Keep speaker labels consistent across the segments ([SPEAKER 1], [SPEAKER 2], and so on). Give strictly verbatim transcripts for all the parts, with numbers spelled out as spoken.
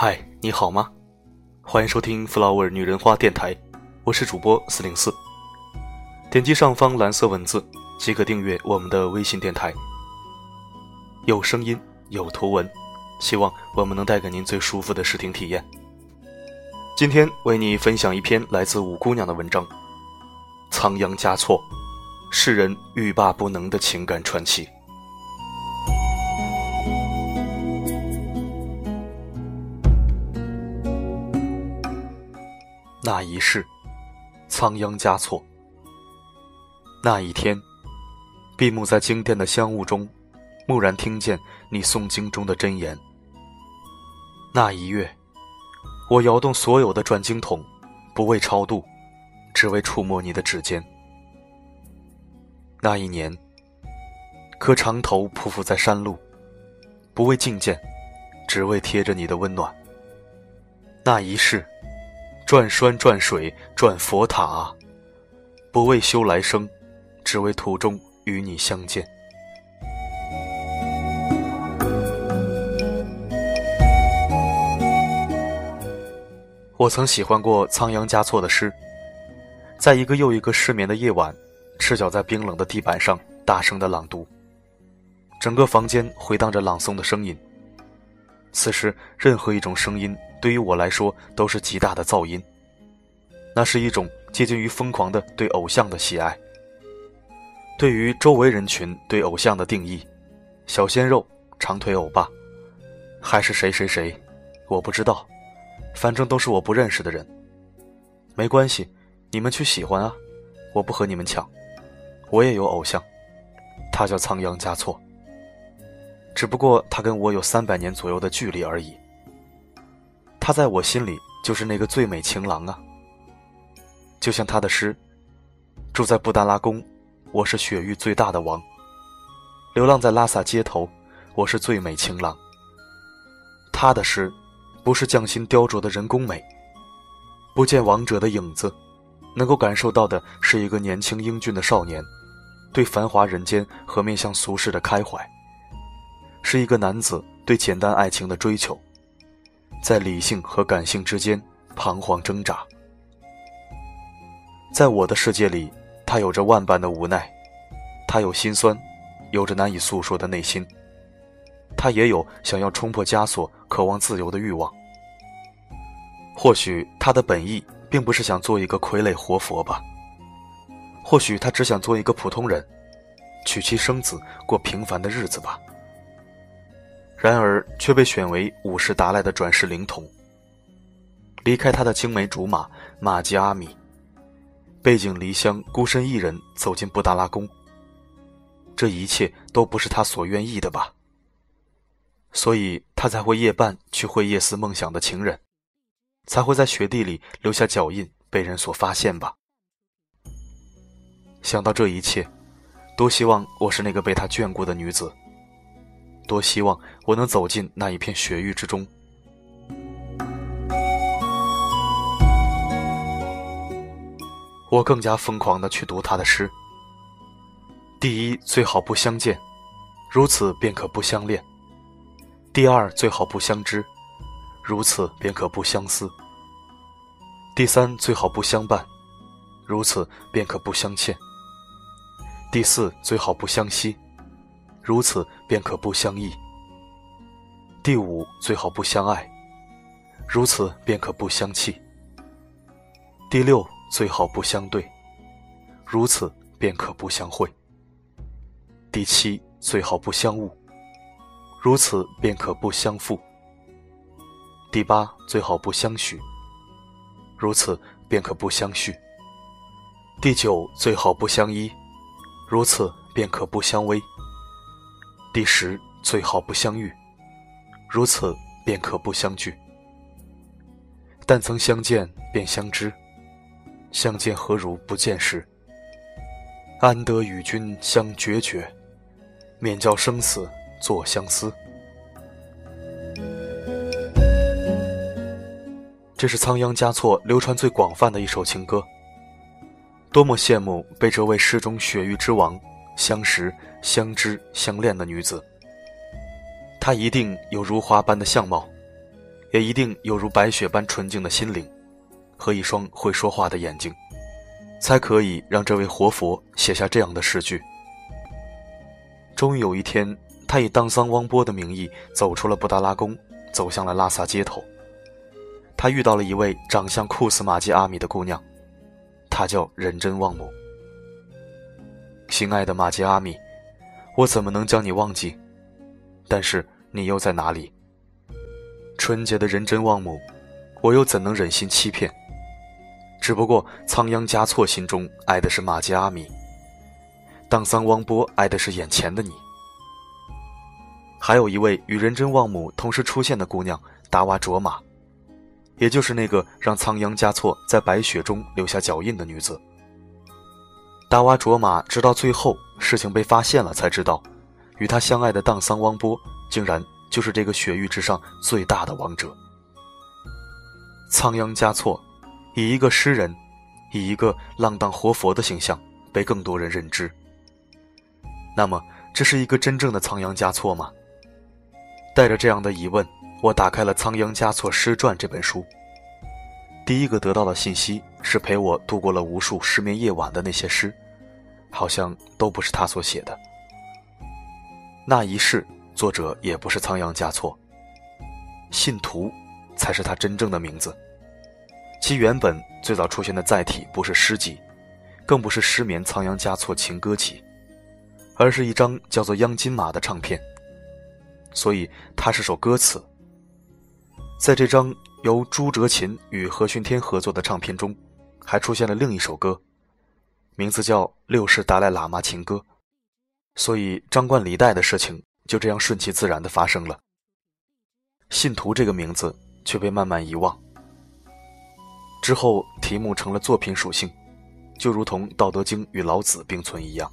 [SPEAKER 1] 嗨，你好吗？欢迎收听 Flower 女人花电台，我是主播四零四。点击上方蓝色文字即可订阅我们的微信电台，有声音有图文，希望我们能带给您最舒服的视听体验。今天为你分享一篇来自五姑娘的文章，仓央嘉措，世人欲罢不能的情感传奇。那一世，仓央嘉措。那一天，闭目在经殿的香雾中，蓦然听见你诵经中的真言。那一月，我摇动所有的转经筒，不为超度，只为触摸你的指尖。那一年，磕长头匍匐在山路，不为觐见，只为贴着你的温暖。那一世，转山转水转佛塔啊，不为修来生，只为途中与你相见。我曾喜欢过仓央嘉措的诗，在一个又一个失眠的夜晚，赤脚在冰冷的地板上大声地朗读，整个房间回荡着朗诵的声音。此时任何一种声音对于我来说都是极大的噪音，那是一种接近于疯狂的对偶像的喜爱。对于周围人群对偶像的定义，小鲜肉、长腿欧巴，还是谁谁谁，我不知道，反正都是我不认识的人。没关系，你们去喜欢啊，我不和你们抢。我也有偶像，他叫仓央嘉措，只不过他跟我有三百年左右的距离而已。他在我心里就是那个最美情郎啊，就像他的诗，住在布达拉宫，我是雪域最大的王，流浪在拉萨街头，我是最美情郎。他的诗不是匠心雕琢的人工美，不见王者的影子，能够感受到的是一个年轻英俊的少年对繁华人间和面向俗世的开怀，是一个男子对简单爱情的追求，在理性和感性之间彷徨挣扎。在我的世界里，他有着万般的无奈，他有心酸，有着难以诉说的内心，他也有想要冲破枷锁渴望自由的欲望。或许他的本意并不是想做一个傀儡活佛吧，或许他只想做一个普通人，娶妻生子，过平凡的日子吧。然而却被选为五世达赖的转世灵童，离开他的青梅竹马玛吉阿米，背井离乡，孤身一人走进布达拉宫，这一切都不是他所愿意的吧。所以他才会夜半去会夜寺梦想的情人，才会在雪地里留下脚印被人所发现吧。想到这一切，多希望我是那个被他眷顾的女子，多希望我能走进那一片雪域之中。我更加疯狂地去读他的诗。第一，最好不相见，如此便可不相恋。第二，最好不相知，如此便可不相思。第三，最好不相伴，如此便可不相欠。第四，最好不相惜，如此便可不相忆。第五，最好不相爱，如此便可不相弃。第六，最好不相对，如此便可不相会。第七，最好不相误，如此便可不相负。第八，最好不相许，如此便可不相续。第九，最好不相依，如此便可不相偎。第十，最好不相遇，如此便可不相聚。但曾相见便相知，相见何如不见时。安得与君相决绝，免教生死作相思。这是仓央嘉措流传最广泛的一首情歌，多么羡慕被这位诗中雪域之王相识、相知、相恋的女子。她一定有如花般的相貌， 也一定有如白雪般纯净的心灵和一双会说话的眼睛，才可以让这位活佛写下这样的诗句。终于有一天，他以当桑汪波的名义走出了布达拉宫，走向了拉萨街头。他遇到了一位长相酷似玛吉阿米的姑娘，她叫仁真旺姆。心爱的玛吉阿米，我怎么能将你忘记？但是你又在哪里？纯洁的仁真旺姆，我又怎能忍心欺骗？只不过仓央嘉措心中爱的是玛吉阿米，当桑汪波爱的是眼前的你。还有一位与仁真旺姆同时出现的姑娘达瓦卓玛，也就是那个让仓央嘉措在白雪中留下脚印的女子。达瓦卓玛直到最后事情被发现了才知道，与他相爱的当桑汪波竟然就是这个雪域之上最大的王者。仓央嘉措以一个诗人，以一个浪荡活佛的形象被更多人认知。那么这是一个真正的仓央嘉措吗？带着这样的疑问，我打开了《仓央嘉措诗传》这本书。第一个得到的信息是陪我度过了无数失眠夜晚的那些诗，好像都不是他所写的。那一世作者也不是仓央嘉措，信徒才是他真正的名字。其原本最早出现的载体不是诗集，更不是失眠仓央嘉措情歌集，而是一张叫做央金马的唱片，所以它是首歌词。在这张由朱哲琴与何训天合作的唱片中，还出现了另一首歌，名字叫《六世达赖喇嘛情歌》。所以张冠李戴的事情就这样顺其自然地发生了。信徒这个名字却被慢慢遗忘，之后题目成了作品属性，就如同《道德经》与老子并存一样。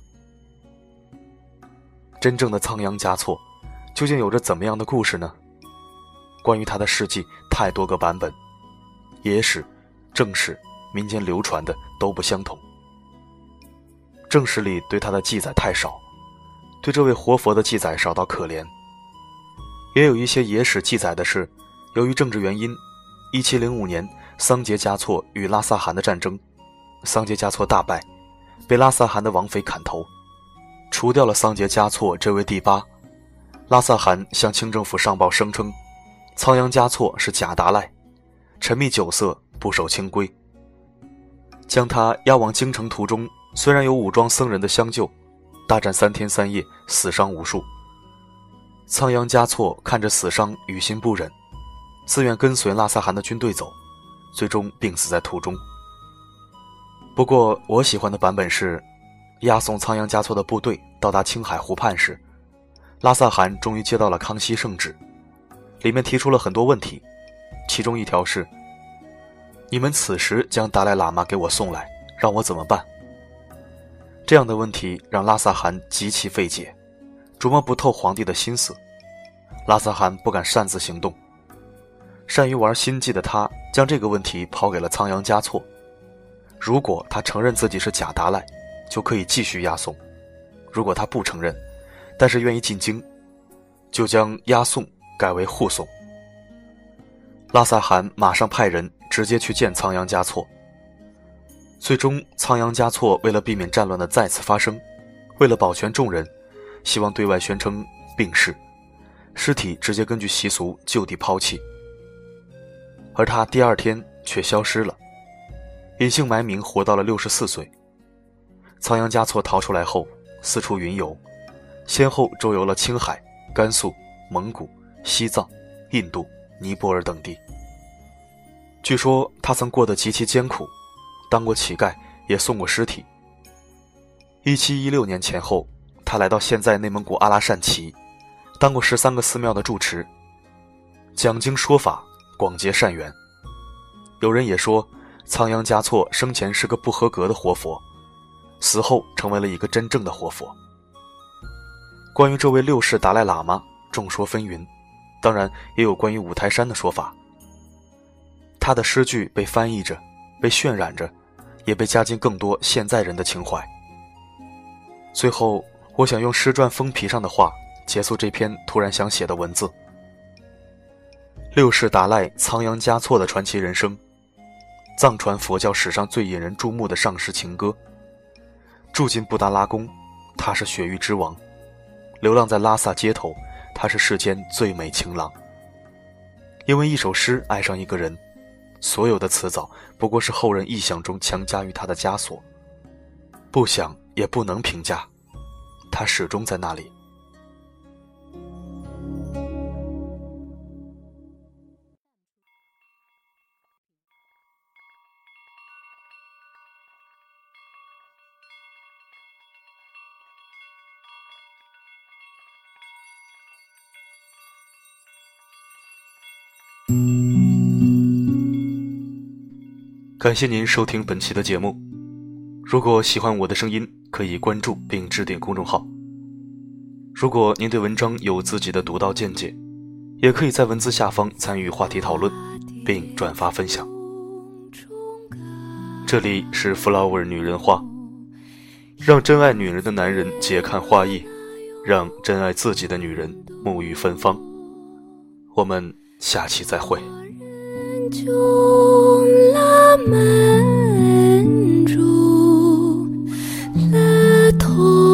[SPEAKER 1] 真正的仓央嘉措究竟有着怎么样的故事呢？关于他的事迹太多个版本，野史、正史、民间流传的都不相同。正史里对他的记载太少，对这位活佛的记载少到可怜。也有一些野史记载的是，由于政治原因，一七零五年桑杰嘉措与拉萨汗的战争，桑杰嘉措大败，被拉萨汗的王妃砍头，除掉了桑杰嘉措这位第八。拉萨汗向清政府上报声称，仓央嘉措是假达赖，沉迷酒色，不守清规。将他押往京城途中，虽然有武装僧人的相救，大战三天三夜，死伤无数。仓央嘉措看着死伤，于心不忍，自愿跟随拉萨汗的军队走，最终病死在途中。不过我喜欢的版本是，押送仓央嘉措的部队到达青海湖畔时，拉萨汗终于接到了康熙圣旨，里面提出了很多问题，其中一条是：你们此时将达赖喇嘛给我送来，让我怎么办？这样的问题让拉萨汗极其费解，琢磨不透皇帝的心思。拉萨汗不敢擅自行动，善于玩心计的他将这个问题抛给了仓央嘉措。如果他承认自己是假达赖，就可以继续押送；如果他不承认，但是愿意进京，就将押送改为护送。拉萨汗马上派人直接去见仓央嘉措。最终仓央嘉措为了避免战乱的再次发生，为了保全众人，希望对外宣称病逝，尸体直接根据习俗就地抛弃。而他第二天却消失了，隐姓埋名活到了六十四岁。仓央嘉措逃出来后四处云游，先后周游了青海、甘肃、蒙古、西藏、印度、尼泊尔等地。据说他曾过得极其艰苦，当过乞丐，也送过尸体。一七一六年前后，他来到现在内蒙古阿拉善旗，当过十三个寺庙的住持，讲经说法，广结善缘。有人也说，仓央嘉措生前是个不合格的活佛，死后成为了一个真正的活佛。关于这位六世达赖喇嘛，众说纷纭，当然也有关于五台山的说法。他的诗句被翻译着，被渲染着，也被加进更多现在人的情怀。最后，我想用诗传封皮上的话结束这篇突然想写的文字。 六世达赖仓央嘉措的传奇人生，藏传佛教史上最引人注目的上师情歌。住进布达拉宫，他是雪域之王；流浪在拉萨街头，他是世间最美情郎。因为一首诗爱上一个人，所有的辞藻不过是后人臆想中强加于他的枷锁，不想也不能评价，他始终在那里。感谢您收听本期的节目，如果喜欢我的声音，可以关注并置顶公众号。如果您对文章有自己的独到见解，也可以在文字下方参与话题讨论，并转发分享。这里是 Flower 女人花，让真爱女人的男人解看花艺，让真爱自己的女人沐浴芬芳。我们下期再会。门住了头